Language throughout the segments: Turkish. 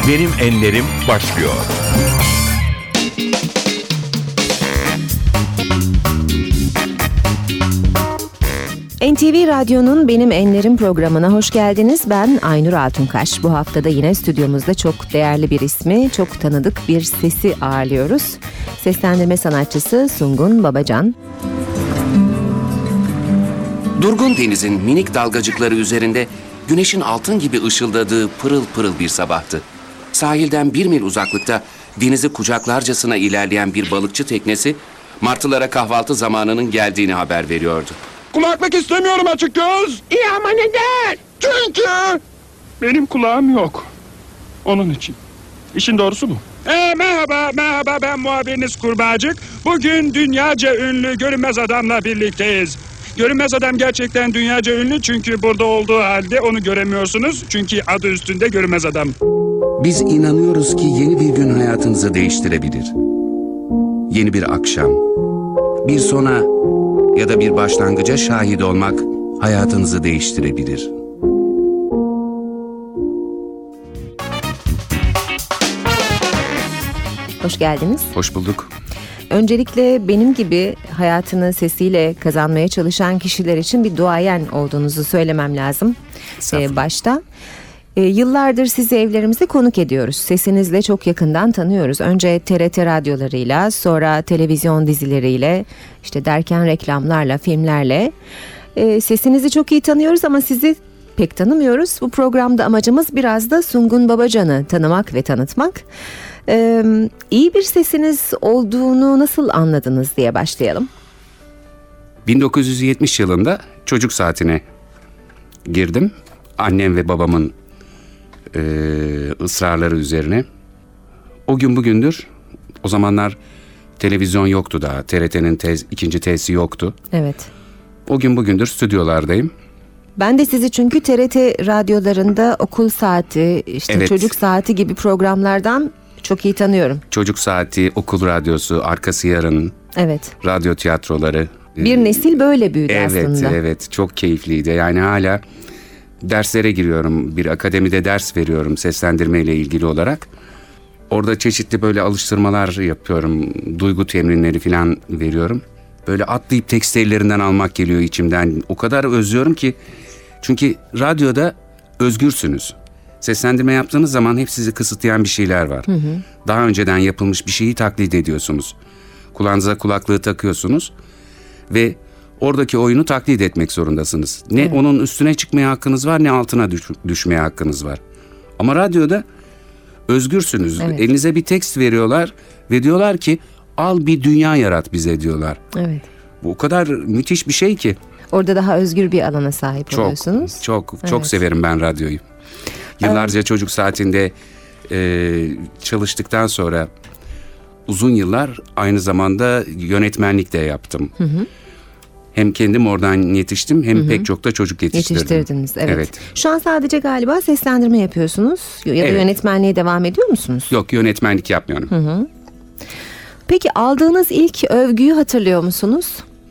Benim Enlerim başlıyor. NTV Radyo'nun Benim Enlerim programına hoş geldiniz. Ben Aynur Altunkaş. Bu haftada yine stüdyomuzda çok değerli bir ismi, çok tanıdık bir sesi ağırlıyoruz. Seslendirme sanatçısı Sungun Babacan. Durgun denizin minik dalgacıkları üzerinde güneşin altın gibi ışıldadığı pırıl pırıl bir sabahtı. Sahilden 1 mil uzaklıkta denizi kucaklarcasına ilerleyen bir balıkçı teknesi martılara kahvaltı zamanının geldiğini haber veriyordu. Kulaklık istemiyorum açık göz. İyi ama neden? Çünkü benim kulağım yok. Onun için. İşin doğrusu bu. Merhaba ben muhabiriniz Kurbağacık. Bugün dünyaca ünlü Görünmez Adam'la birlikteyiz. Görünmez Adam gerçekten dünyaca ünlü çünkü burada olduğu halde onu göremiyorsunuz. Çünkü adı üstünde Görünmez Adam. Biz inanıyoruz ki yeni bir gün hayatınızı değiştirebilir. Yeni bir akşam, bir sona ya da bir başlangıca şahit olmak hayatınızı değiştirebilir. Hoş geldiniz. Hoş bulduk. Öncelikle benim gibi hayatını sesiyle kazanmaya çalışan kişiler için bir duayen olduğunuzu söylemem lazım başta. Yıllardır sizi evlerimizde konuk ediyoruz. Sesinizle çok yakından tanıyoruz. Önce TRT radyolarıyla, sonra televizyon dizileriyle, işte derken reklamlarla, filmlerle. Sesinizi çok iyi tanıyoruz ama sizi pek tanımıyoruz. Bu programda amacımız biraz da Sungun Babacan'ı tanımak ve tanıtmak. İyi bir sesiniz olduğunu nasıl anladınız diye başlayalım. 1970 yılında çocuk saatine girdim. Annem ve babamın ısrarları üzerine. O gün bugündür, o zamanlar televizyon yoktu daha. TRT'nin ikinci T'si yoktu. Evet. O gün bugündür stüdyolardayım. Ben de sizi çünkü TRT radyolarında okul saati, işte Evet. çocuk saati gibi programlardan çok iyi tanıyorum. Çocuk saati, okul radyosu, arkası yarın, Evet. radyo tiyatroları. Bir nesil böyle büyüdü aslında. Evet, çok keyifliydi. Yani hala derslere giriyorum. Bir akademide ders veriyorum seslendirme ile ilgili olarak. Orada çeşitli böyle alıştırmalar yapıyorum. Duygu temrinleri falan veriyorum. Böyle atlayıp tekst ellerinden almak geliyor içimden. O kadar özlüyorum ki. Çünkü radyoda özgürsünüz. Seslendirme yaptığınız zaman hep sizi kısıtlayan bir şeyler var. Daha önceden yapılmış bir şeyi taklit ediyorsunuz. Kulağınıza kulaklığı takıyorsunuz ve oradaki oyunu taklit etmek zorundasınız. Ne onun üstüne çıkmaya hakkınız var, ne altına düşmeye hakkınız var. Ama radyoda özgürsünüz. Evet. Elinize bir tekst veriyorlar ve diyorlar ki al bir dünya yarat bize diyorlar. Evet. Bu o kadar müthiş bir şey ki. Orada daha özgür bir alana sahip oluyorsunuz. Çok Evet. severim ben radyoyu. Yıllarca çocuk saatinde çalıştıktan sonra uzun yıllar aynı zamanda yönetmenlik de yaptım. Hem kendim oradan yetiştim hem pek çok da çocuk yetiştirdim. Yetiştirdiniz, evet. Evet. Şu an sadece galiba seslendirme yapıyorsunuz ya da Evet. yönetmenliğe devam ediyor musunuz? Yok, yönetmenlik yapmıyorum. Peki aldığınız ilk övgüyü hatırlıyor musunuz?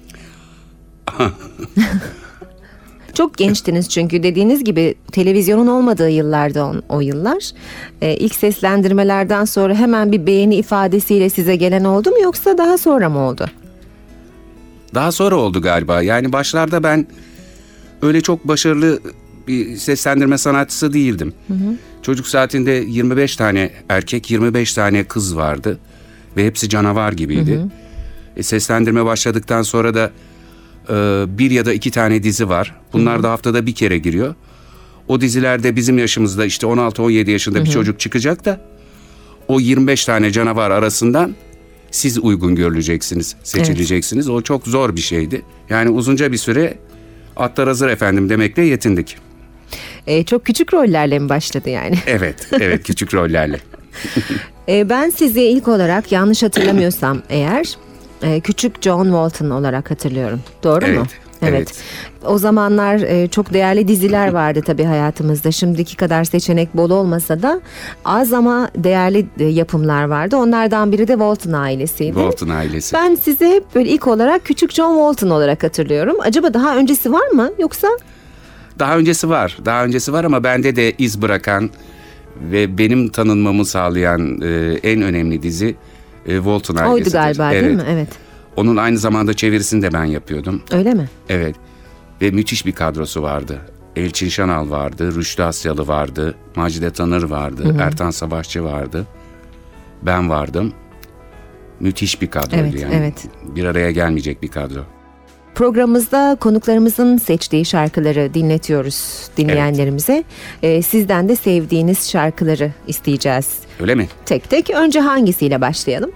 Çok gençtiniz çünkü dediğiniz gibi televizyonun olmadığı yıllarda o yıllar. İlk seslendirmelerden sonra hemen bir beğeni ifadesiyle size gelen oldu mu yoksa daha sonra mı oldu? Daha sonra oldu galiba. Yani başlarda ben öyle çok başarılı bir seslendirme sanatçısı değildim. Çocuk saatinde 25 tane erkek, 25 tane kız vardı. Ve hepsi canavar gibiydi. Seslendirme başladıktan sonra da 1 ya da 2 tane dizi var. Bunlar da haftada bir kere giriyor. O dizilerde bizim yaşımızda işte 16-17 yaşında bir çocuk çıkacak da o 25 tane canavar arasından siz uygun görüleceksiniz, seçileceksiniz. O çok zor bir şeydi. Yani uzunca bir süre atlar hazır efendim demekle yetindik. Çok küçük rollerle mi başladı yani? Evet küçük rollerle. Ben sizi ilk olarak yanlış hatırlamıyorsam eğer küçük John Walton olarak hatırlıyorum. Doğru mu? Evet. O zamanlar çok değerli diziler vardı tabii hayatımızda. Şimdiki kadar seçenek bol olmasa da az ama değerli yapımlar vardı. Onlardan biri de Walton ailesiydi. Walton ailesi. Ben sizi hep böyle ilk olarak küçük John Walton olarak hatırlıyorum. Acaba daha öncesi var mı yoksa? Daha öncesi var ama bende de iz bırakan Ve benim tanınmamı sağlayan en önemli dizi Walton ailesidir. Oydu galiba, evet. değil mi? Evet. Onun aynı zamanda çevirisini de ben yapıyordum. Öyle mi? Evet. Ve müthiş bir kadrosu vardı. Elçin Şanal vardı, Rüştü Asyalı vardı, Macide Tanır vardı, Ertan Savaşçı vardı. Ben vardım. Müthiş bir kadroydu Evet, yani. evet. Bir araya gelmeyecek bir kadro. Programımızda konuklarımızın seçtiği şarkıları dinletiyoruz dinleyenlerimize. Sizden de sevdiğiniz şarkıları isteyeceğiz. Öyle mi? Tek tek. Önce hangisiyle başlayalım?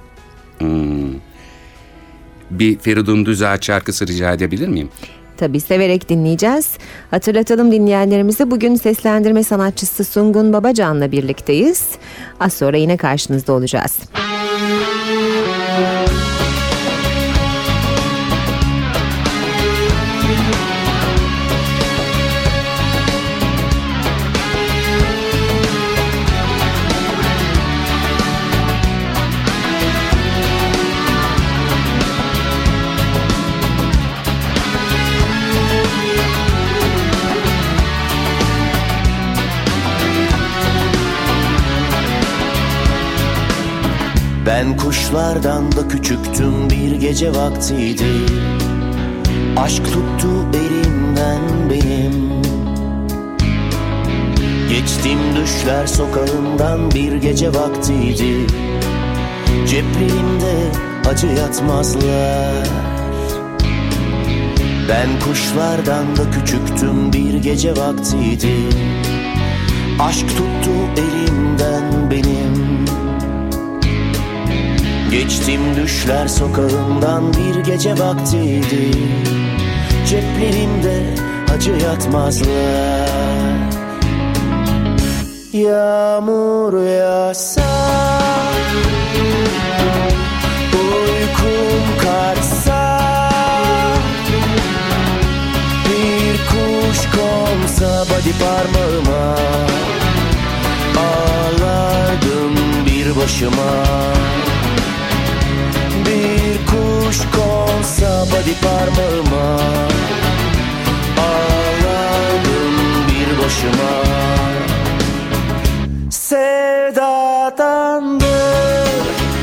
Bir Feridun Düzağaç şarkısı rica edebilir miyim? Tabii, severek dinleyeceğiz. Hatırlatalım dinleyenlerimize, bugün seslendirme sanatçısı Sungun Babacan'la birlikteyiz. Az sonra yine karşınızda olacağız. Ben kuşlardan da küçüktüm, bir gece vaktiydi. Aşk tuttu elimden benim. Geçtim düşler sokağından, bir gece vaktiydi. Ceplerimde acı yatmazlar. Ben kuşlardan da küçüktüm, bir gece vaktiydi. Aşk tuttu elimden benim. Geçtim düşler sokağından, bir gece vaktiydi. Ceplerimde acı yatmazlar. Yağmur yağsa, uykum kaçsa, bir kuş konsa body parmağıma, ağlardım bir başıma. Bir kuş konsa body parmağıma, ağlardım bir başıma. Sevdadandır,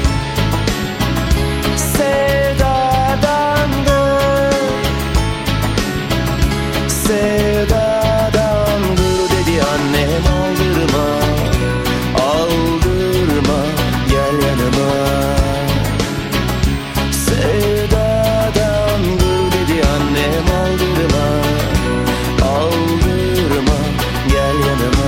sevdadandır, sevdadandır dedi annem. Aldırma, aldırma, gel yanıma. Sevdadandır dedi annem. Aldırma, aldırma, gel yanıma.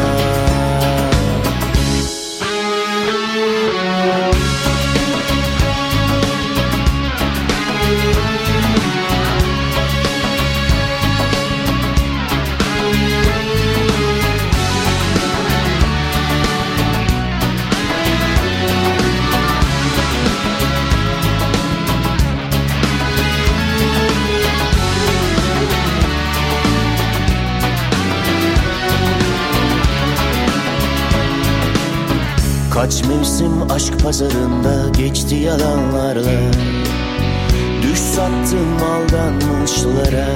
Kaç mevsim aşk pazarında geçti yalanlarla. Düş sattım aldanmışlara.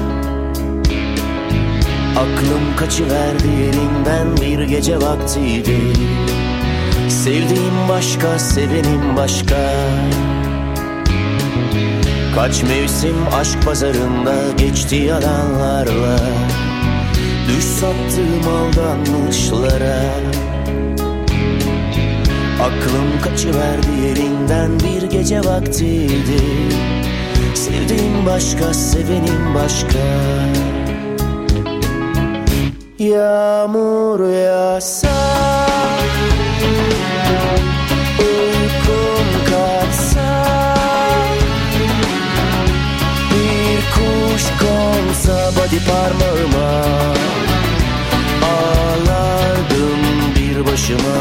Aklım kaçıverdi elimden, bir gece vaktiydi. Sevdiğim başka, sevenim başka. Kaç mevsim aşk pazarında geçti yalanlarla. Düş sattım aldanmışlara. Aklım kaçıverdi elinden, bir gece vaktiydi. Sevdiğim başka, sevenim başka. Yağmur yağsa, uykum kaçsa, bir kuş konsa body parmağıma, ağlardım bir başıma.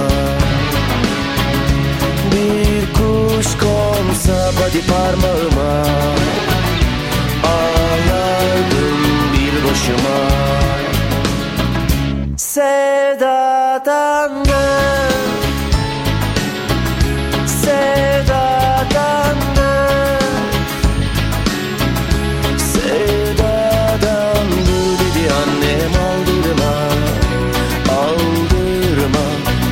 Bir kuş konsa body parmağıma, ağlardım bir başıma. Sevdadandır, sevdadandır, sevdadandır dedi annem. Aldırma, aldırma,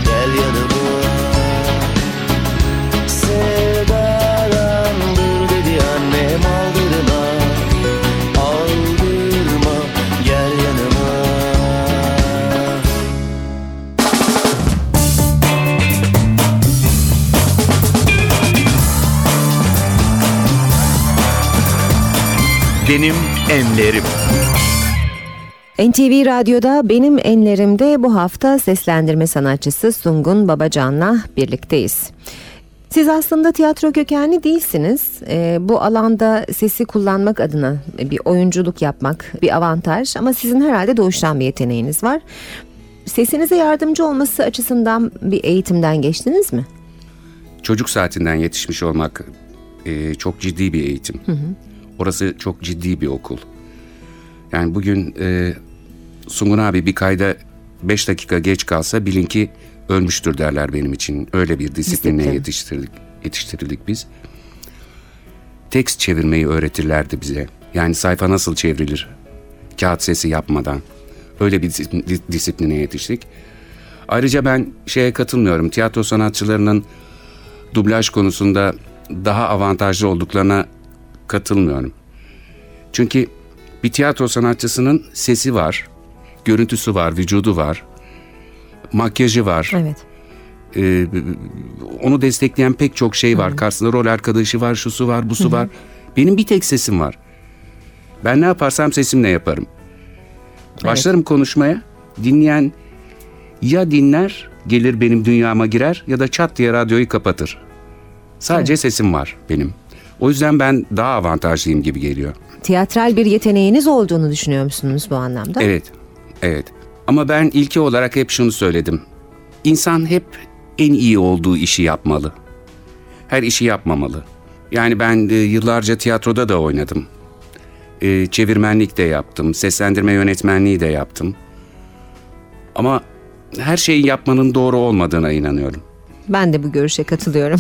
Benim Enlerim. NTV Radyo'da Benim Enlerim'de bu hafta seslendirme sanatçısı Sungun Babacan'la birlikteyiz. Siz aslında tiyatro kökenli değilsiniz. Bu alanda sesi kullanmak adına bir oyunculuk yapmak bir avantaj ama sizin herhalde doğuştan bir yeteneğiniz var. Sesinize yardımcı olması açısından bir eğitimden geçtiniz mi? Çocuk saatinden yetişmiş olmak çok ciddi bir eğitim. Orası çok ciddi bir okul. Yani bugün Sungun abi bir kayda 5 dakika geç kalsa bilin ki ölmüştür derler benim için. Öyle bir disiplinle yetiştirildik biz. Tekst çevirmeyi öğretirlerdi bize. Yani sayfa nasıl çevrilir? Kağıt sesi yapmadan. Öyle bir disipline yetiştik. Ayrıca ben şeye katılmıyorum. Tiyatro sanatçılarının dublaj konusunda daha avantajlı olduklarına katılmıyorum. Çünkü bir tiyatro sanatçısının sesi var, görüntüsü var, vücudu var, makyajı var. Evet. Onu destekleyen pek çok şey var. Karşısında rol arkadaşı var, şusu var, busu var. Benim bir tek sesim var. Ben ne yaparsam sesimle yaparım. Başlarım konuşmaya, dinleyen ya dinler, gelir benim dünyama girer ya da çat diye radyoyu kapatır. Sadece sesim var benim. O yüzden ben daha avantajlıyım gibi geliyor. Tiyatral bir yeteneğiniz olduğunu düşünüyor musunuz bu anlamda? Evet. Ama ben ilki olarak hep şunu söyledim. İnsan hep en iyi olduğu işi yapmalı. Her işi yapmamalı. Yani ben yıllarca tiyatroda da oynadım. Çevirmenlik de yaptım. Seslendirme yönetmenliği de yaptım. Ama her şeyi yapmanın doğru olmadığına inanıyorum. Ben de bu görüşe katılıyorum.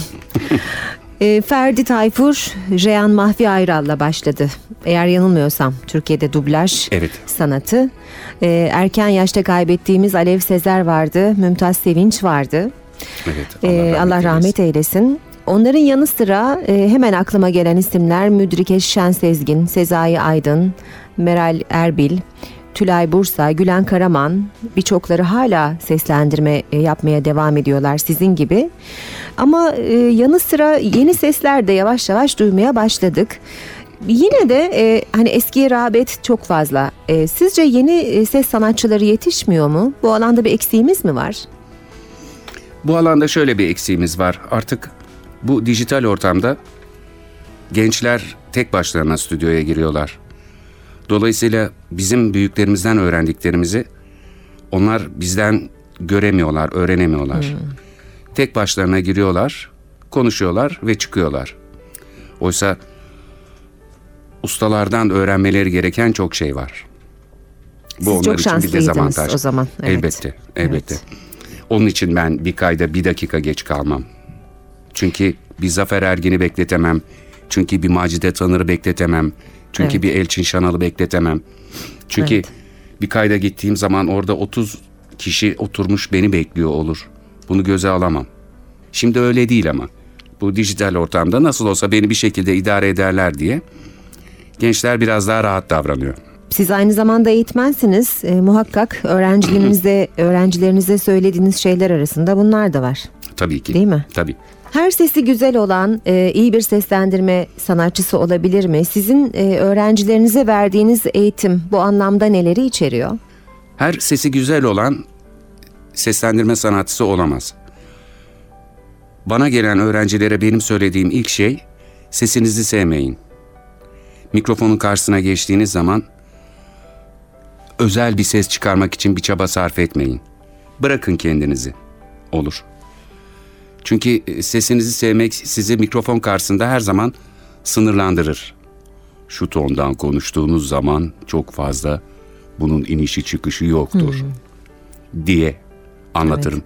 Ferdi Tayfur, Reyhan Mahfi Ayral'la başladı. Eğer yanılmıyorsam Türkiye'de dublaj sanatı. Erken yaşta kaybettiğimiz Alev Sezer vardı, Mümtaz Sevinç vardı. Evet, Allah rahmet eylesin. Onların yanı sıra hemen aklıma gelen isimler Müdrike Şensezgin, Sezai Aydın, Meral Erbil, Tülay Bursa, Gülen Karaman, birçokları hala seslendirme yapmaya devam ediyorlar sizin gibi. Ama yanı sıra yeni sesler de yavaş yavaş duymaya başladık. Yine de hani eskiye rağbet çok fazla. Sizce yeni ses sanatçıları yetişmiyor mu? Bu alanda bir eksiğimiz mi var? Bu alanda şöyle bir eksiğimiz var. Artık bu dijital ortamda gençler tek başlarına stüdyoya giriyorlar. Dolayısıyla bizim büyüklerimizden öğrendiklerimizi onlar bizden göremiyorlar, öğrenemiyorlar. Tek başlarına giriyorlar, konuşuyorlar ve çıkıyorlar. Oysa ustalardan öğrenmeleri gereken çok şey var. Bu Siz onlar çok için bir dezavantaj. o zaman. Evet. Elbette. Evet. Onun için ben bir kayda bir dakika geç kalmam. Çünkü bir Zafer Ergin'i bekletemem. Çünkü bir Macide Tanır'ı bekletemem. Çünkü bir Elçin Şanal'ı bekletemem. Çünkü bir kayda gittiğim zaman orada 30 kişi oturmuş beni bekliyor olur. Bunu göze alamam. Şimdi öyle değil ama. Bu dijital ortamda nasıl olsa beni bir şekilde idare ederler diye gençler biraz daha rahat davranıyor. Siz aynı zamanda eğitmensiniz. Muhakkak öğrencilerinize söylediğiniz şeyler arasında bunlar da var. Tabii ki. Değil mi? Tabii. Her sesi güzel olan iyi bir seslendirme sanatçısı olabilir mi? Sizin öğrencilerinize verdiğiniz eğitim bu anlamda neleri içeriyor? Her sesi güzel olan seslendirme sanatçısı olamaz. Bana gelen öğrencilere benim söylediğim ilk şey, sesinizi sevmeyin. Mikrofonun karşısına geçtiğiniz zaman özel bir ses çıkarmak için bir çaba sarf etmeyin. Bırakın kendinizi. Olur. Çünkü sesinizi sevmek sizi mikrofon karşısında her zaman sınırlandırır. Şu tondan konuştuğunuz zaman çok fazla bunun inişi çıkışı yoktur diye anlatırım.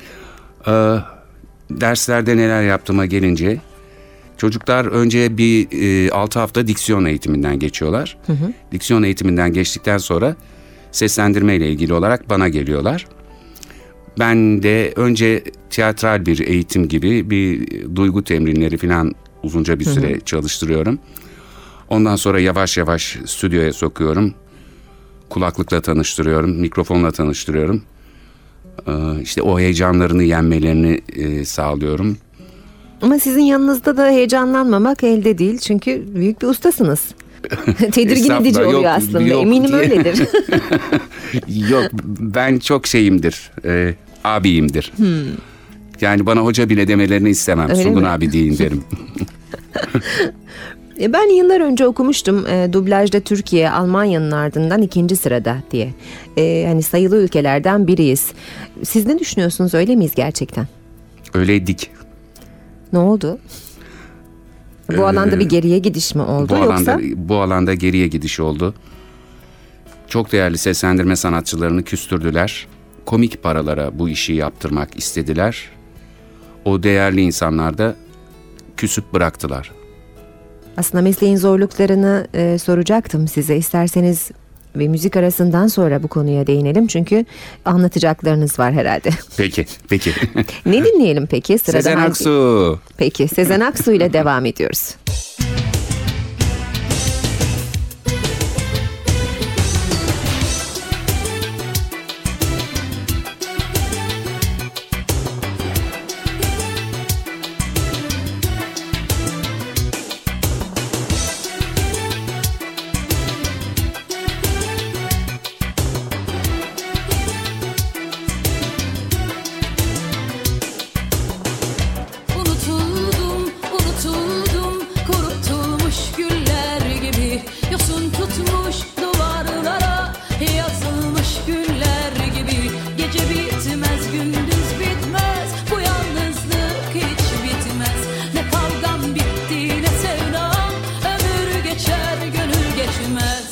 Derslerde neler yaptığıma gelince çocuklar önce bir 6 hafta diksiyon eğitiminden geçiyorlar. Diksiyon eğitiminden geçtikten sonra seslendirme ile ilgili olarak bana geliyorlar. Ben de önce tiyatral bir eğitim gibi bir duygu temrinleri falan uzunca bir süre çalıştırıyorum. Ondan sonra yavaş yavaş stüdyoya sokuyorum. Kulaklıkla tanıştırıyorum, mikrofonla tanıştırıyorum. İşte o heyecanlarını yenmelerini sağlıyorum. Ama sizin yanınızda da heyecanlanmamak elde değil. Çünkü büyük bir ustasınız. Tedirgin edici Estağfurullah, oluyor yok, aslında. yok Eminim diye. öyledir. Yok, ben çok şeyimdir, abiyimdir. Yani bana hoca bile demelerini istemem. Öyle Sungun mi? abi deyin derim. Ben yıllar önce okumuştum dublajda Türkiye Almanya'nın ardından 2. sırada diye. Hani sayılı ülkelerden biriyiz. Siz ne düşünüyorsunuz, öyle miyiz gerçekten? Öyleydik. Ne oldu? Bu alanda bir geriye gidiş mi oldu yoksa? Bu alanda geriye gidiş oldu. Çok değerli seslendirme sanatçılarını küstürdüler. Komik paralara bu işi yaptırmak istediler. O değerli insanlar da küsüp bıraktılar. Aslında mesleğin zorluklarını soracaktım size. İsterseniz ve müzik arasından sonra bu konuya değinelim. Çünkü anlatacaklarınız var herhalde. Peki. Ne dinleyelim peki? Sırada Sezen hangi- Aksu. Peki Sezen Aksu ile devam ediyoruz. Unutuldum, kurutulmuş güller gibi. Yosun tutmuş duvarlara, yazılmış güller gibi. Gece bitmez, gündüz bitmez, bu yalnızlık hiç bitmez. Ne kavgam bitti, ne sevdam, ömür geçer, gönül geçmez.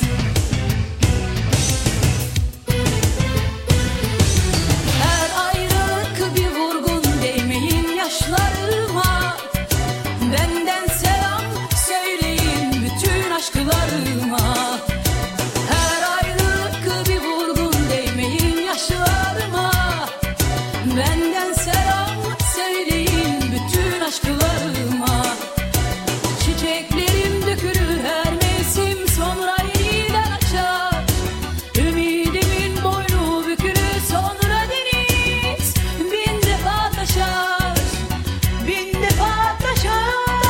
Her ayrılık bir vurgun, değmeyin yaşlarıma. Benden selam söyleyin bütün aşklarıma. Her ayrılık bir vurgun, değmeyin yaşlarıma. Benden selam söyleyin bütün aşklarıma. Çiçeklerim dökülür her mevsim, sonra yeniden açar. Ümidimin boynu bükülür, sonra deniz bin defa taşar, bin defa taşar.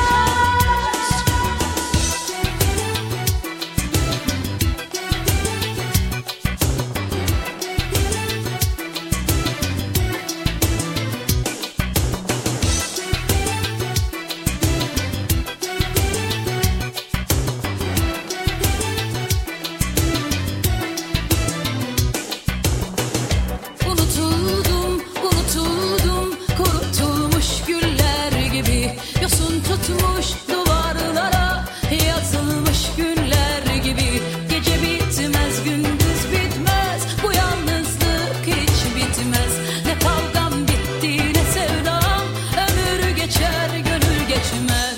Unutuldum, kurutulmuş güller gibi. Yosun tutmuş duvarlara, yazılmış güller gibi. Gece bitmez, gündüz bitmez, bu yalnızlık hiç bitmez. Ne kavgam bitti, ne sevdam, ömür geçer, gönül geçmez.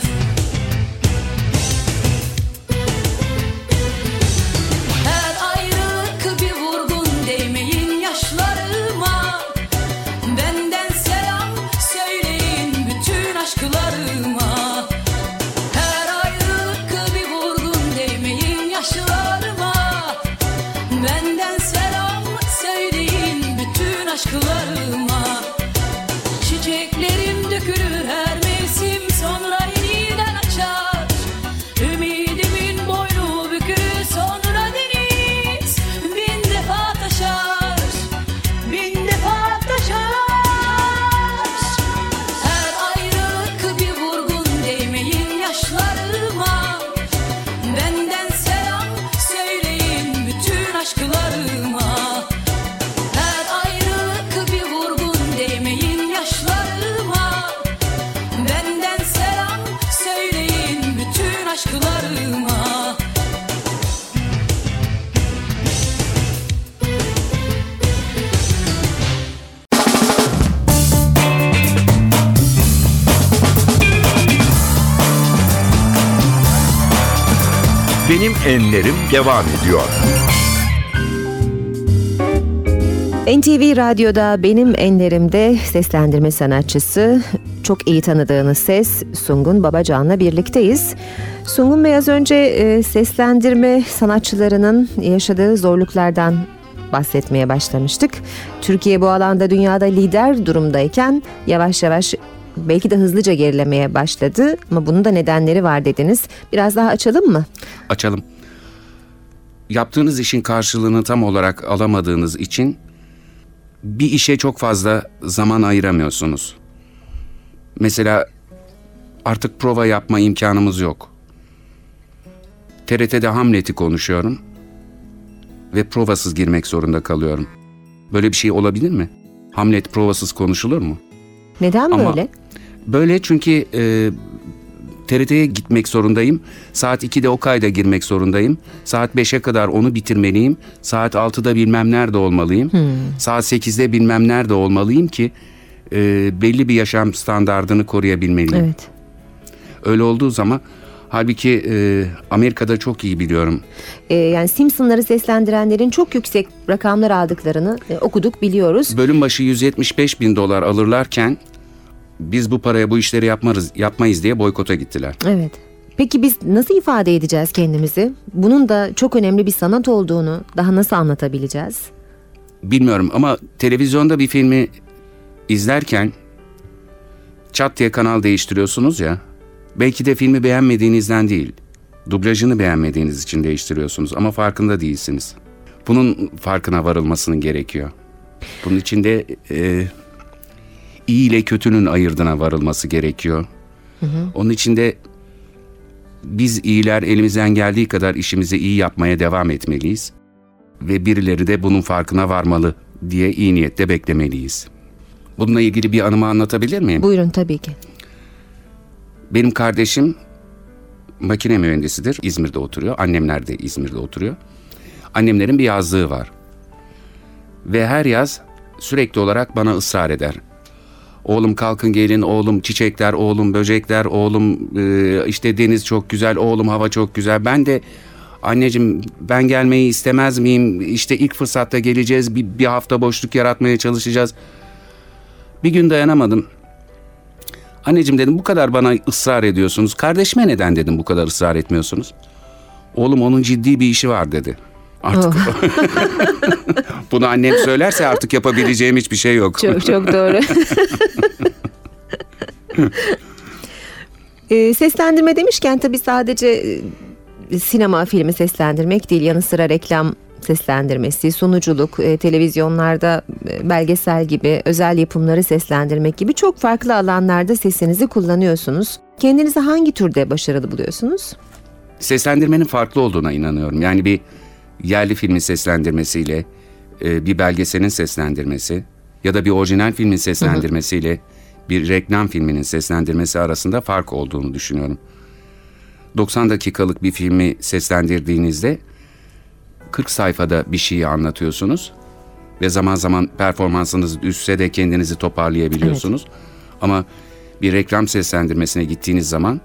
Her ayrılık bir vurgun, değmeyin yaşlarıma. Benden selam söyleyin bütün aşklarıma. Her ayrılık bir vurgun, değmeyin yaşlarıma. Benden selam söyleyin bütün aşklarıma. Çiçeklerim dökülür her mevsim, sonra yeniden açar. Ümidimin boynu bükülür, sonra deniz bin defa taşar, bin defa taşar. Her ayrılık bir vurgun, değmeyin yaşlarıma. Benden selam söyleyin bütün aşklarıma. Her ayrılık bir vurgun, değmeyin yaşlarıma. Benden selam söyleyin bütün aşklarıma. Benim Enlerim devam ediyor. NTV Radyo'da Benim Enlerim'de seslendirme sanatçısı, çok iyi tanıdığınız ses Sungun Babacan'la birlikteyiz. Sungun Bey, az önce seslendirme sanatçılarının yaşadığı zorluklardan bahsetmeye başlamıştık. Türkiye bu alanda dünyada lider durumdayken yavaş yavaş, belki de hızlıca gerilemeye başladı ama bunun da nedenleri var dediniz. Biraz daha açalım mı? Açalım. yaptığınız işin karşılığını tam olarak alamadığınız için bir işe çok fazla zaman ayıramıyorsunuz. Mesela artık prova yapma imkanımız yok. TRT'de Hamlet'i konuşuyorum ve provasız girmek zorunda kalıyorum. Böyle bir şey olabilir mi? Hamlet provasız konuşulur mu? Neden Ama böyle? böyle çünkü TRT'ye gitmek zorundayım. Saat 2'de o kayda girmek zorundayım. Saat 5'e kadar onu bitirmeliyim. Saat 6'da bilmem nerede olmalıyım. Saat 8'de bilmem nerede olmalıyım ki belli bir yaşam standardını koruyabilmeliyim. Evet. Öyle olduğu zaman halbuki Amerika'da çok iyi biliyorum. Yani Simpsonları seslendirenlerin çok yüksek rakamlar aldıklarını okuduk, biliyoruz. Bölüm başı $175.000 alırlarken biz bu paraya bu işleri yapmayız diye boykota gittiler. Evet. Peki biz nasıl ifade edeceğiz kendimizi? Bunun da çok önemli bir sanat olduğunu daha nasıl anlatabileceğiz? Bilmiyorum ama televizyonda bir filmi izlerken çat diye kanal değiştiriyorsunuz ya. Belki de filmi beğenmediğinizden değil, dublajını beğenmediğiniz için değiştiriyorsunuz ama farkında değilsiniz. Bunun farkına varılmasının gerekiyor. Bunun için de iyi ile kötünün ayırdına varılması gerekiyor. Onun için de biz iyiler elimizden geldiği kadar işimizi iyi yapmaya devam etmeliyiz. Ve birileri de bunun farkına varmalı diye iyi niyetle beklemeliyiz. Bununla ilgili bir anımı anlatabilir miyim? Buyurun, tabii ki. Benim kardeşim makine mühendisidir. İzmir'de oturuyor. Annemler de İzmir'de oturuyor. Annemlerin bir yazlığı var. Ve her yaz sürekli olarak bana ısrar eder. Oğlum kalkın gelin, oğlum çiçekler, oğlum böcekler, oğlum işte deniz çok güzel, oğlum hava çok güzel. Ben de anneciğim ben gelmeyi istemez miyim? İşte ilk fırsatta geleceğiz, bir hafta boşluk yaratmaya çalışacağız. Bir gün dayanamadım. Anneciğim dedim, bu kadar bana ısrar ediyorsunuz. Kardeşime neden dedim bu kadar ısrar etmiyorsunuz? Oğlum onun ciddi bir işi var dedi. Artık bunu annem söylerse artık yapabileceğim hiçbir şey yok. Çok çok doğru. Seslendirme demişken tabii sadece sinema filmi seslendirmek değil, yanı sıra reklam seslendirmesi, sunuculuk, televizyonlarda belgesel gibi özel yapımları seslendirmek gibi çok farklı alanlarda sesinizi kullanıyorsunuz. Kendinizi hangi türde başarılı buluyorsunuz? Seslendirmenin farklı olduğuna inanıyorum. Yani bir yerli filmin seslendirmesiyle bir belgeselin seslendirmesi ya da bir orijinal filmin seslendirmesiyle bir reklam filminin seslendirmesi arasında fark olduğunu düşünüyorum. 90 dakikalık bir filmi seslendirdiğinizde 40 sayfada bir şeyi anlatıyorsunuz ve zaman zaman performansınız düşse de kendinizi toparlayabiliyorsunuz. Evet. Ama bir reklam seslendirmesine gittiğiniz zaman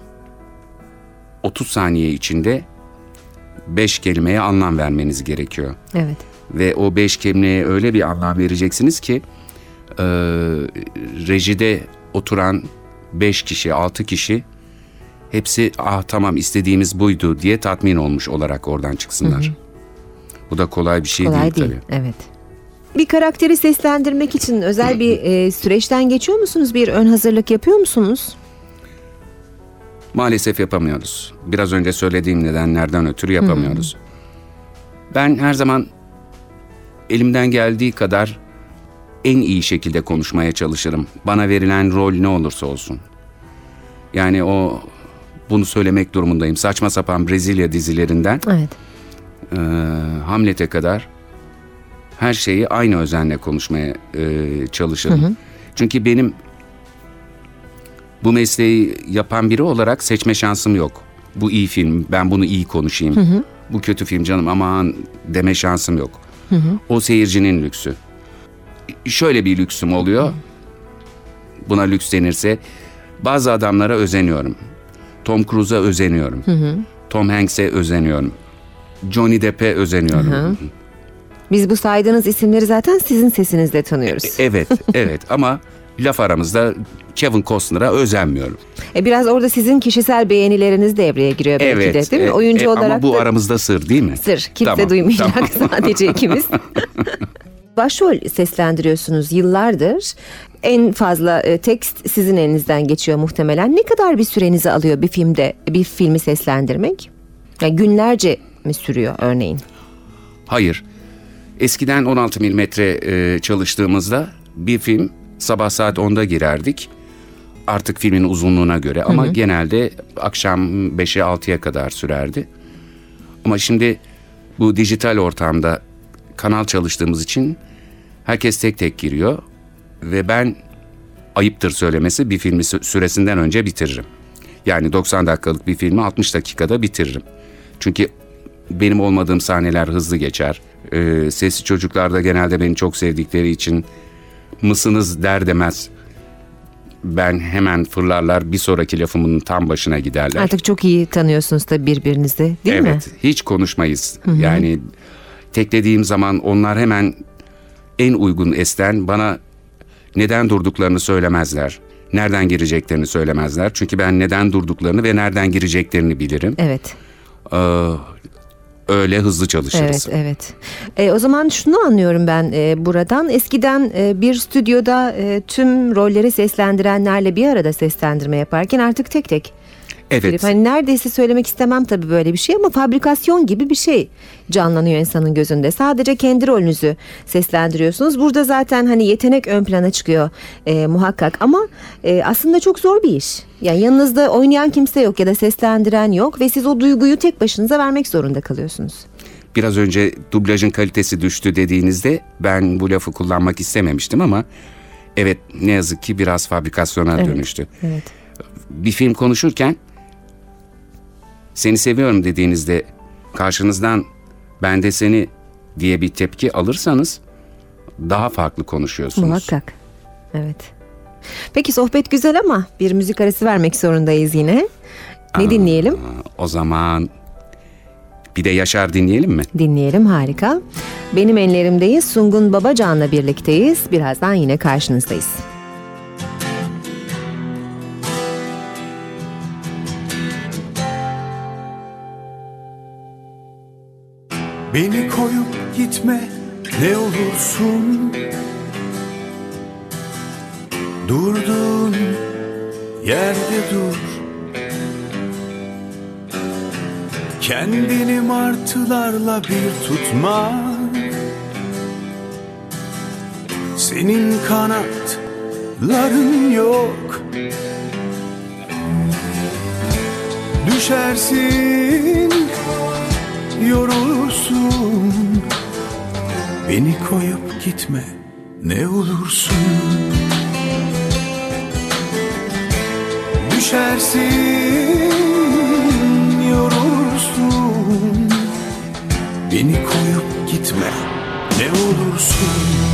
30 saniye içinde 5 kelimeye anlam vermeniz gerekiyor. Evet. Ve o 5 kelimeye öyle bir anlam vereceksiniz ki rejide oturan 5 kişi, 6 kişi hepsi tamam istediğimiz buydu diye tatmin olmuş olarak oradan çıksınlar. Bu da kolay bir şey kolay değil tabii. Evet. Bir karakteri seslendirmek için özel bir süreçten geçiyor musunuz? Bir ön hazırlık yapıyor musunuz? Maalesef yapamıyoruz. Biraz önce söylediğim nedenlerden ötürü yapamıyoruz. Ben her zaman elimden geldiği kadar en iyi şekilde konuşmaya çalışırım. Bana verilen rol ne olursa olsun. Yani bunu söylemek durumundayım. Saçma sapan Brezilya dizilerinden evet. Hamlet'e kadar her şeyi aynı özenle konuşmaya çalışırım. Çünkü benim bu mesleği yapan biri olarak seçme şansım yok. Bu iyi film, ben bunu iyi konuşayım. Bu kötü film canım aman deme şansım yok. O seyircinin lüksü. Şöyle bir lüksüm oluyor. Buna lüks denirse bazı adamlara özeniyorum. Tom Cruise'a özeniyorum. Tom Hanks'e özeniyorum. Johnny Depp'e özeniyorum. Biz bu saydığınız isimleri zaten sizin sesinizle tanıyoruz. Evet ama laf aramızda Kevin Costner'a özenmiyorum. Biraz orada sizin kişisel beğenileriniz devreye giriyor belki de, değil mi? Oyuncu olarak ama bu da aramızda sır değil mi? Sır. Kimse duymayacak, sadece ikimiz. Başrol seslendiriyorsunuz yıllardır. En fazla tekst sizin elinizden geçiyor muhtemelen. Ne kadar bir sürenizi alıyor bir filmi seslendirmek? Yani günlerce mi sürüyor örneğin? Hayır. Eskiden 16 milimetre çalıştığımızda bir film sabah saat 10'da girerdik. Artık filmin uzunluğuna göre ama genelde akşam 5'e 6'ya kadar sürerdi. Ama şimdi bu dijital ortamda kanal çalıştığımız için herkes tek tek giriyor. Ve ben, ayıptır söylemesi, bir filmi süresinden önce bitiririm. Yani 90 dakikalık bir filmi 60 dakikada bitiririm. Çünkü benim olmadığım sahneler hızlı geçer. Sesli çocuklar da genelde beni çok sevdikleri için mısınız der demez ben hemen fırlarlar, bir sonraki lafımın tam başına giderler. Artık çok iyi tanıyorsunuz tabii birbirinizi, değil mi? Evet, hiç konuşmayız. Yani teklediğim zaman onlar hemen en uygun esten, bana neden durduklarını söylemezler. Nereden gireceklerini söylemezler. Çünkü ben neden durduklarını ve nereden gireceklerini bilirim. Evet. Öyle hızlı çalışırız. Evet. O zaman şunu anlıyorum ben buradan. Eskiden bir stüdyoda tüm rolleri seslendirenlerle bir arada seslendirme yaparken artık tek tek. Evet. Hani neredeyse söylemek istemem tabii böyle bir şey ama fabrikasyon gibi bir şey canlanıyor insanın gözünde. Sadece kendi rolünüzü seslendiriyorsunuz. Burada zaten hani yetenek ön plana çıkıyor muhakkak ama aslında çok zor bir iş. Yani yanınızda oynayan kimse yok ya da seslendiren yok ve siz o duyguyu tek başınıza vermek zorunda kalıyorsunuz. Biraz önce dublajın kalitesi düştü dediğinizde ben bu lafı kullanmak istememiştim ama evet, ne yazık ki biraz fabrikasyona dönüştü. Evet. Bir film konuşurken seni seviyorum dediğinizde karşınızdan ben de seni diye bir tepki alırsanız daha farklı konuşuyorsunuz. Muhakkak. Evet. Peki sohbet güzel ama bir müzik arası vermek zorundayız yine. Ne dinleyelim? O zaman bir de Yaşar dinleyelim mi? Dinleyelim, harika. Benim enlerimdeyiz. Sungun Babacan'la birlikteyiz. Birazdan yine karşınızdayız. Beni koyup gitme ne olursun, durduğun yerde dur. Kendini martılarla bir tutma, senin kanatların yok. Düşersin, yorulursun, beni koyup gitme ne olursun. Düşersin, yorulursun, beni koyup gitme ne olursun.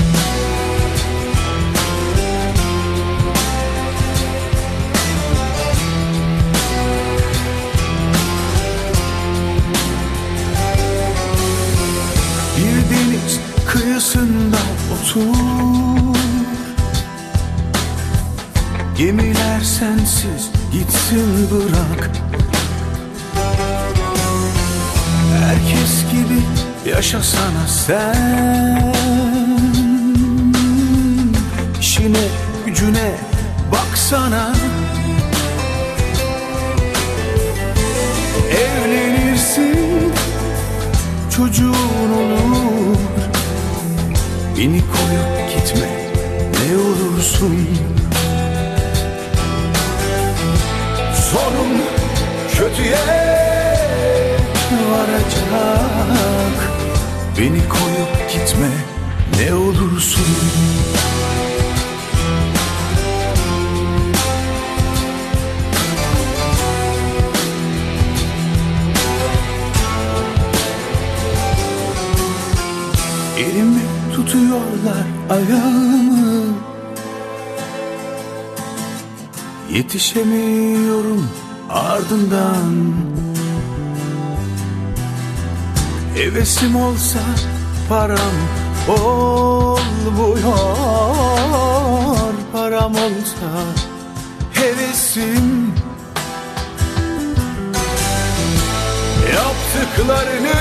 Kıyısında otur, gemiler sensiz gitsin bırak. Herkes gibi yaşasana sen, işine gücüne baksana. Evlenirsin, çocuğun olur, beni koyup gitme ne olursun. Sonum kötüye varacak, beni koyup gitme ne olursun. Elimi tutuyorlar ayağımı, yetişemiyorum ardından. Hevesim olsa param olmuyor, param olsa hevesim. Yaptıklarını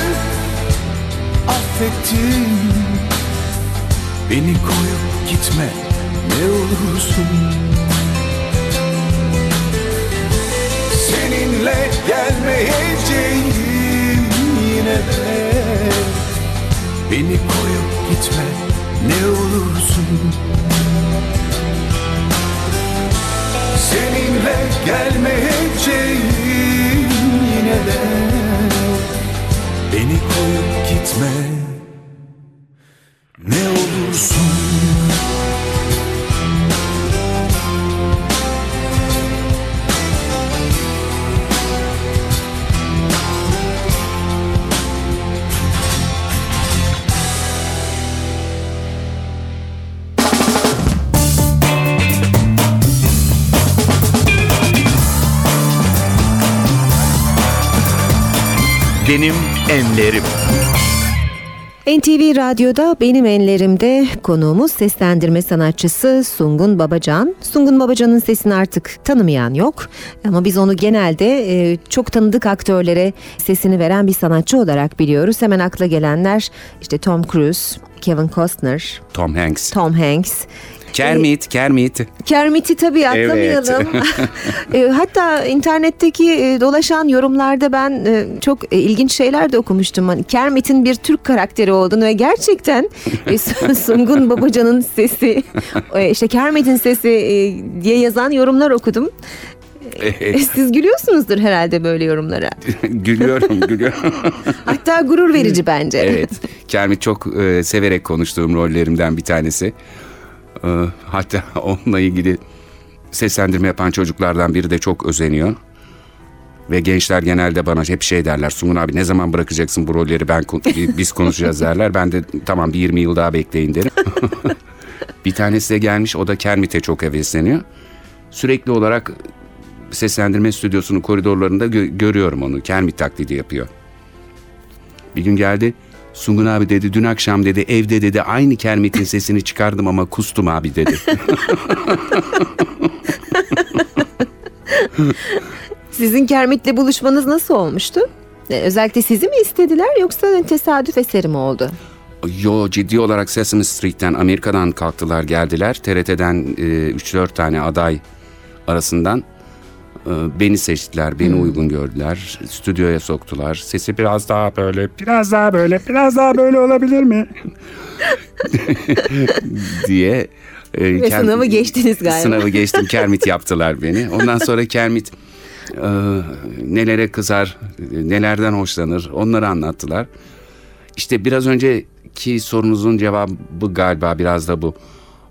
affettim, beni koyup gitme ne olursun. Seninle gelmeyeceğim, Beni koyup gitme ne olursun. Seninle gelmeyeceğim yine de. Beni koyup gitme ne olursun. Benim enlerim. NTV Radyo'da Benim Enlerim'de konuğumuz seslendirme sanatçısı Sungun Babacan. Sungun Babacan'ın sesini artık tanımayan yok. Ama biz onu genelde çok tanıdık aktörlere sesini veren bir sanatçı olarak biliyoruz. Hemen akla gelenler işte Tom Cruise, Kevin Costner, Tom Hanks. Tom Hanks. Kermit. Kermit'i tabii atlamayalım. Hatta internetteki dolaşan yorumlarda ben çok ilginç şeyler de okumuştum. Hani Kermit'in bir Türk karakteri olduğunu ve gerçekten Sungun Babacan'ın sesi, işte Kermit'in sesi diye yazan yorumlar okudum. Siz gülüyorsunuzdur herhalde böyle yorumlara. Gülüyorum. Hatta gurur verici bence. Evet. Kermit çok severek konuştuğum rollerimden bir tanesi. Hatta onunla ilgili seslendirme yapan çocuklardan biri de çok özeniyor. Ve gençler genelde bana hep şey derler. Sungun abi ne zaman bırakacaksın bu rolleri, biz konuşacağız derler. Ben de tamam bir 20 yıl daha bekleyin derim. Bir tanesi de gelmiş, o da Kermit'e çok hevesleniyor. Sürekli olarak seslendirme stüdyosunun koridorlarında görüyorum onu. Kermit taklidi yapıyor. Bir gün geldi. Sungun abi dedi, dün akşam dedi evde dedi aynı Kermit'in sesini çıkardım ama kustum abi dedi. Sizin Kermit'le buluşmanız nasıl olmuştu? Özellikle sizi mi istediler yoksa tesadüf eseri mi oldu? Yo, ciddi olarak Sesame Street'ten, Amerika'dan kalktılar geldiler. TRT'den 3-4 tane aday arasından beni seçtiler, beni uygun gördüler. Stüdyoya soktular. Sesi biraz daha böyle olabilir mi? diye. Ve sınavı geçtiniz galiba. Sınavı geçtim, Kermit yaptılar beni. Ondan sonra Kermit nelere kızar, nelerden hoşlanır onları anlattılar. İşte biraz önceki sorunuzun cevabı galiba biraz da bu.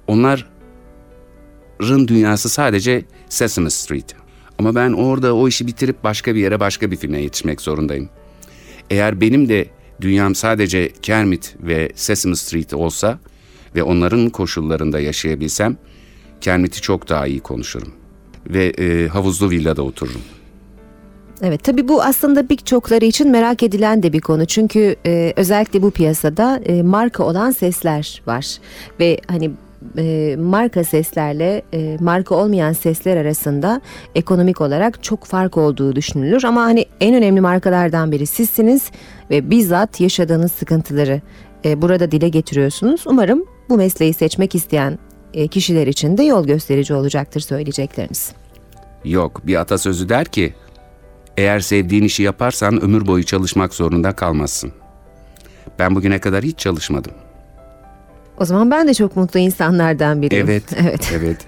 Onların dünyası sadece Sesame Street. Ama ben orada o işi bitirip başka bir yere, başka bir filme yetişmek zorundayım. Eğer benim de dünyam sadece Kermit ve Sesame Street olsa ve onların koşullarında yaşayabilsem, Kermit'i çok daha iyi konuşurum. Ve havuzlu villada otururum. Evet, tabii bu aslında birçokları için merak edilen de bir konu. Çünkü özellikle bu piyasada marka olan sesler var. Ve hani marka seslerle marka olmayan sesler arasında ekonomik olarak çok fark olduğu düşünülür. Ama hani en önemli markalardan biri sizsiniz ve bizzat yaşadığınız sıkıntıları burada dile getiriyorsunuz. Umarım bu mesleği seçmek isteyen kişiler için de yol gösterici olacaktır söyleyecekleriniz. Yok, bir atasözü der ki, eğer sevdiğin işi yaparsan ömür boyu çalışmak zorunda kalmazsın. Ben bugüne kadar hiç çalışmadım. O zaman ben de çok mutlu insanlardan biriyim. Evet.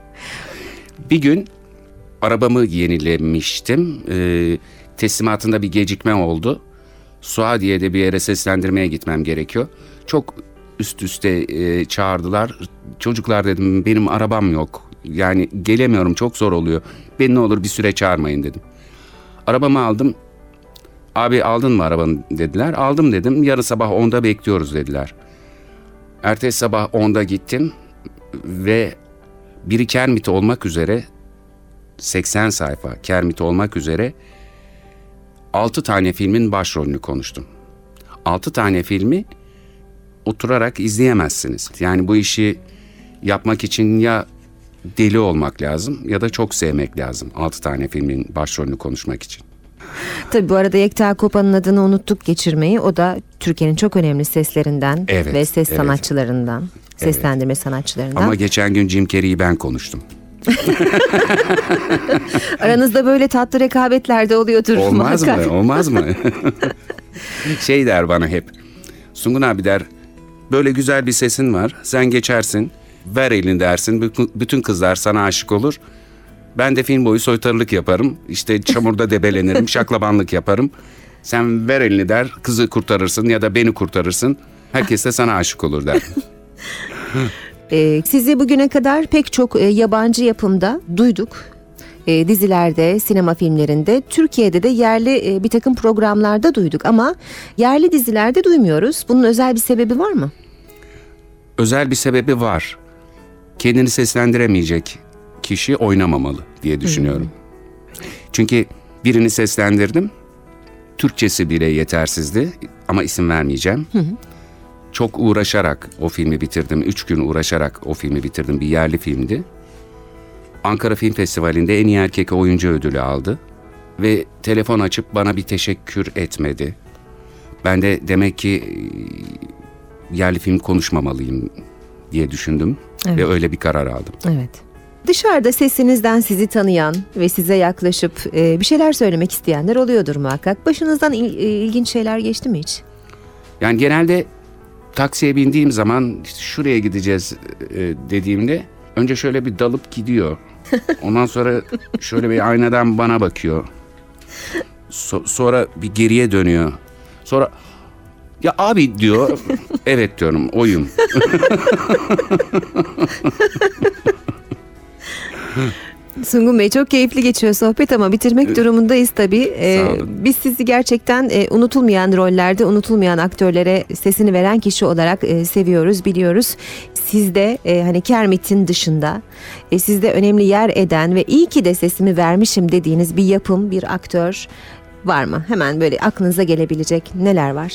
Bir gün arabamı yenilemiştim. Teslimatında bir gecikme oldu. Suadiye'de bir yere seslendirmeye gitmem gerekiyor. Çok üst üste çağırdılar. Çocuklar dedim, benim arabam yok. Yani gelemiyorum, çok zor oluyor. Beni ne olur bir süre çağırmayın dedim. Arabamı aldım. Abi aldın mı arabanı dediler. Aldım dedim. Yarın sabah 10'da bekliyoruz dediler. Ertesi sabah 10'da gittim ve biri Kermit olmak üzere 80 sayfa Kermit olmak üzere 6 tane filmin başrolünü konuştum. 6 tane filmi oturarak izleyemezsiniz. Yani bu işi yapmak için ya deli olmak lazım ya da çok sevmek lazım 6 tane filmin başrolünü konuşmak için. Tabii bu arada Yekta Kopan'ın adını unuttuk geçirmeyi. O da Türkiye'nin çok önemli seslerinden ve ses sanatçılarından, seslendirme sanatçılarından. Ama geçen gün Jim Carrey'i ben konuştum. Aranızda böyle tatlı rekabetler de oluyordur. Olmaz mı? Şey der bana hep. Sungun abi der, böyle güzel bir sesin var. Sen geçersin, ver elini dersin. Bütün kızlar sana aşık olur. Ben de film boyu soytarılık yaparım. İşte çamurda debelenirim, şaklabanlık yaparım. Sen ver elini der, kızı kurtarırsın ya da beni kurtarırsın. Herkes de sana aşık olur der. Sizi bugüne kadar pek çok yabancı yapımda duyduk. Dizilerde, sinema filmlerinde, Türkiye'de de yerli bir takım programlarda duyduk ama yerli dizilerde duymuyoruz. Bunun özel bir sebebi var mı? Özel bir sebebi var. Kendini seslendiremeyecek kişi oynamamalı diye düşünüyorum. Çünkü birini seslendirdim. Türkçesi bile yetersizdi ama isim vermeyeceğim. Çok uğraşarak o filmi bitirdim. 3 gün uğraşarak o filmi bitirdim. Bir yerli filmdi. Ankara Film Festivali'nde en iyi erkek oyuncu ödülü aldı. Ve telefon açıp bana bir teşekkür etmedi. Ben de demek ki yerli film konuşmamalıyım diye düşündüm. Evet. Ve öyle bir karar aldım. Evet. Dışarıda sesinizden sizi tanıyan ve size yaklaşıp bir şeyler söylemek isteyenler oluyordur muhakkak. Başınızdan ilginç şeyler geçti mi hiç? Yani genelde taksiye bindiğim zaman işte şuraya gideceğiz dediğimde önce şöyle bir dalıp gidiyor. Ondan sonra şöyle bir aynadan bana bakıyor. Sonra bir geriye dönüyor. Sonra ya abi diyor. Evet diyorum, oyum. Sungun Bey, çok keyifli geçiyor sohbet ama bitirmek durumundayız tabii. Sağ olun. Biz sizi gerçekten unutulmayan rollerde, unutulmayan aktörlere sesini veren kişi olarak seviyoruz, biliyoruz. Sizde hani Kermit'in dışında sizde önemli yer eden ve iyi ki de sesimi vermişim dediğiniz bir yapım, bir aktör var mı? Hemen böyle aklınıza gelebilecek neler var?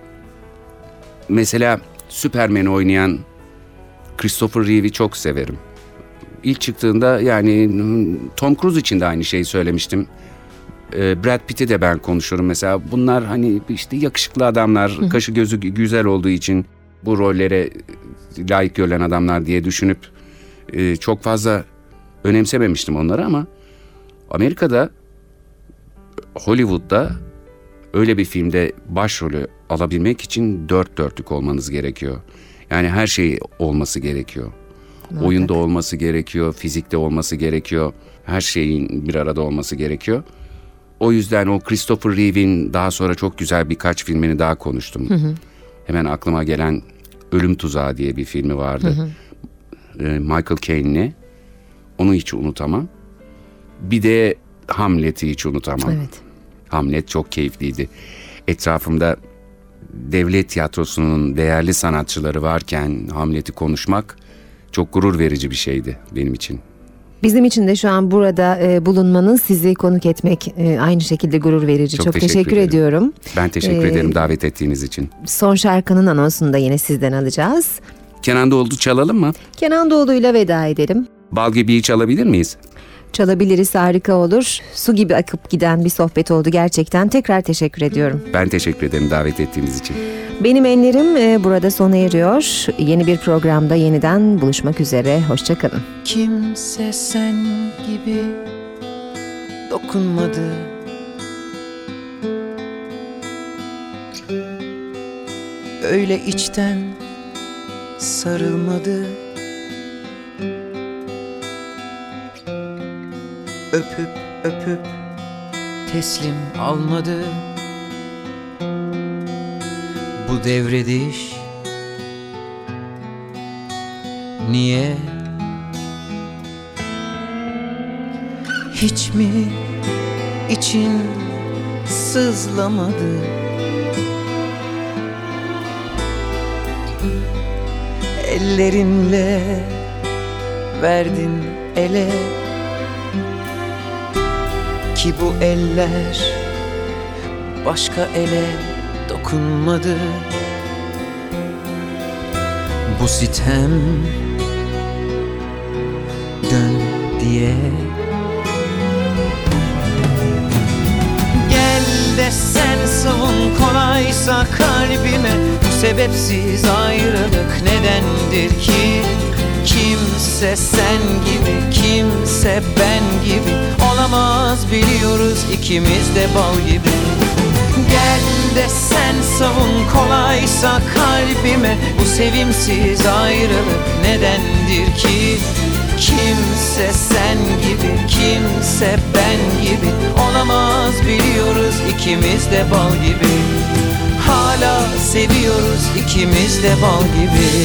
Mesela Superman'i oynayan Christopher Reeve'i çok severim. İlk çıktığında yani Tom Cruise için de aynı şeyi söylemiştim. Brad Pitt'i de ben konuşurum mesela. Bunlar hani işte yakışıklı adamlar, kaşı gözü güzel olduğu için bu rollere layık görülen adamlar diye düşünüp çok fazla önemsememiştim onları ama Amerika'da, Hollywood'da öyle bir filmde başrolü alabilmek için dört dörtlük olmanız gerekiyor. Yani her şey olması gerekiyor. Muhakkak. Oyunda olması gerekiyor, fizikte olması gerekiyor. Her şeyin bir arada olması gerekiyor. O yüzden o Christopher Reeve'in daha sonra çok güzel birkaç filmini daha konuştum. Hemen aklıma gelen Ölüm Tuzağı diye bir filmi vardı. Michael Caine'li. Onu hiç unutamam. Bir de Hamlet'i hiç unutamam. Evet. Hamlet çok keyifliydi. Etrafımda devlet tiyatrosunun değerli sanatçıları varken Hamlet'i konuşmak çok gurur verici bir şeydi benim için. Bizim için de şu an burada bulunmanız, sizi konuk etmek aynı şekilde gurur verici. Çok teşekkür ederim. ediyorum. Ben teşekkür ederim davet ettiğiniz için. Son şarkının anonsunu da yine sizden alacağız. Kenan Doğulu çalalım mı? Kenan Doğulu'yla veda edelim. Bal Gibi'yi çalabilir miyiz? Çalabiliriz, harika olur. Su gibi akıp giden bir sohbet oldu gerçekten. Tekrar teşekkür ediyorum. Ben teşekkür ederim davet ettiğiniz için. Benim enlerim burada sona eriyor. Yeni bir programda yeniden buluşmak üzere. Hoşça kalın. Kimse sen gibi dokunmadı. Öyle içten sarılmadı. Öpüp öpüp teslim almadı. Bu devrediş niye? Hiç mi için sızlamadı? Ellerinle verdin ele ki bu eller başka ele dokunmadı. Bu sitem dön diye. Gel de sen savun kolaysa kalbime, bu sebepsiz ayrılık nedendir ki? Kimse sen gibi, kimse ben gibi olamaz, biliyoruz ikimiz de bal gibi. Gel de sen savun kolaysa kalbime, bu sevimsiz ayrılık nedendir ki? Kimse sen gibi, kimse ben gibi olamaz, biliyoruz ikimiz de bal gibi. Hala seviyoruz ikimiz de bal gibi.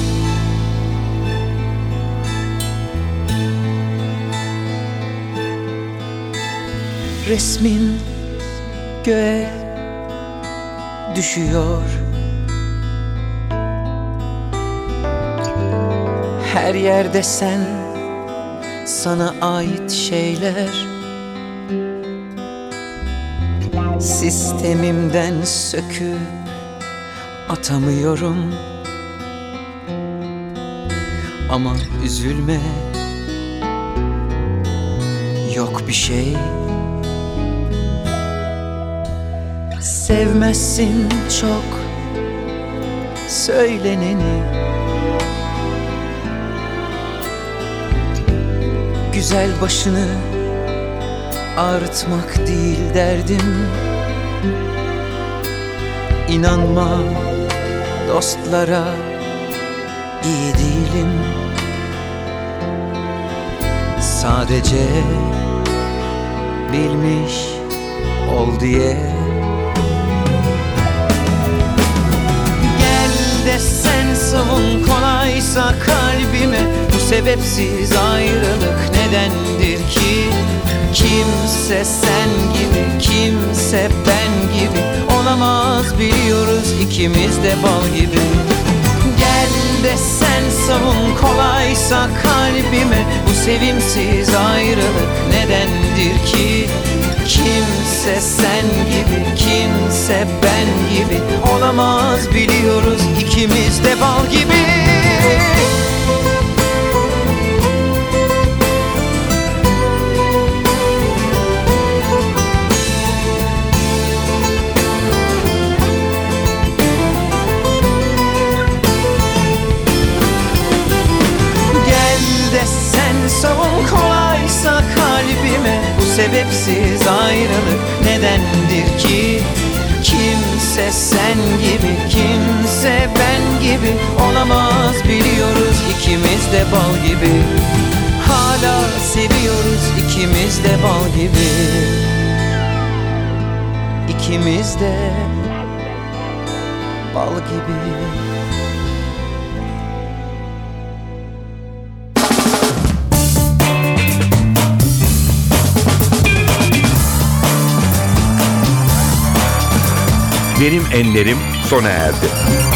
Resmin göğe düşüyor, her yerde sen, sana ait şeyler. Sistemimden söküp atamıyorum. Ama üzülme, yok bir şey. Sevmezsin çok söyleneni, güzel başını ağrıtmak değil derdim. İnanma dostlara, iyi değilim. Sadece bilmiş ol diye. Gel de sen savun kolaysa kalbime, bu sebepsiz ayrılık nedendir ki? Kimse sen gibi, kimse ben gibi olamaz, biliyoruz ikimiz de bal gibi. Gel de sen savun kolaysa kalbime, bu sevimsiz ayrılık nedendir ki? Kimse sen gibi, kimse ben gibi olamaz, biliyoruz ikimiz de bal gibi. Savun kolaysa kalbime, bu sebepsiz ayrılık nedendir ki? Kimse sen gibi, kimse ben gibi olamaz, biliyoruz ikimiz de bal gibi. Hala seviyoruz ikimiz de bal gibi. İkimiz de bal gibi. Benim Enlerim sona erdi.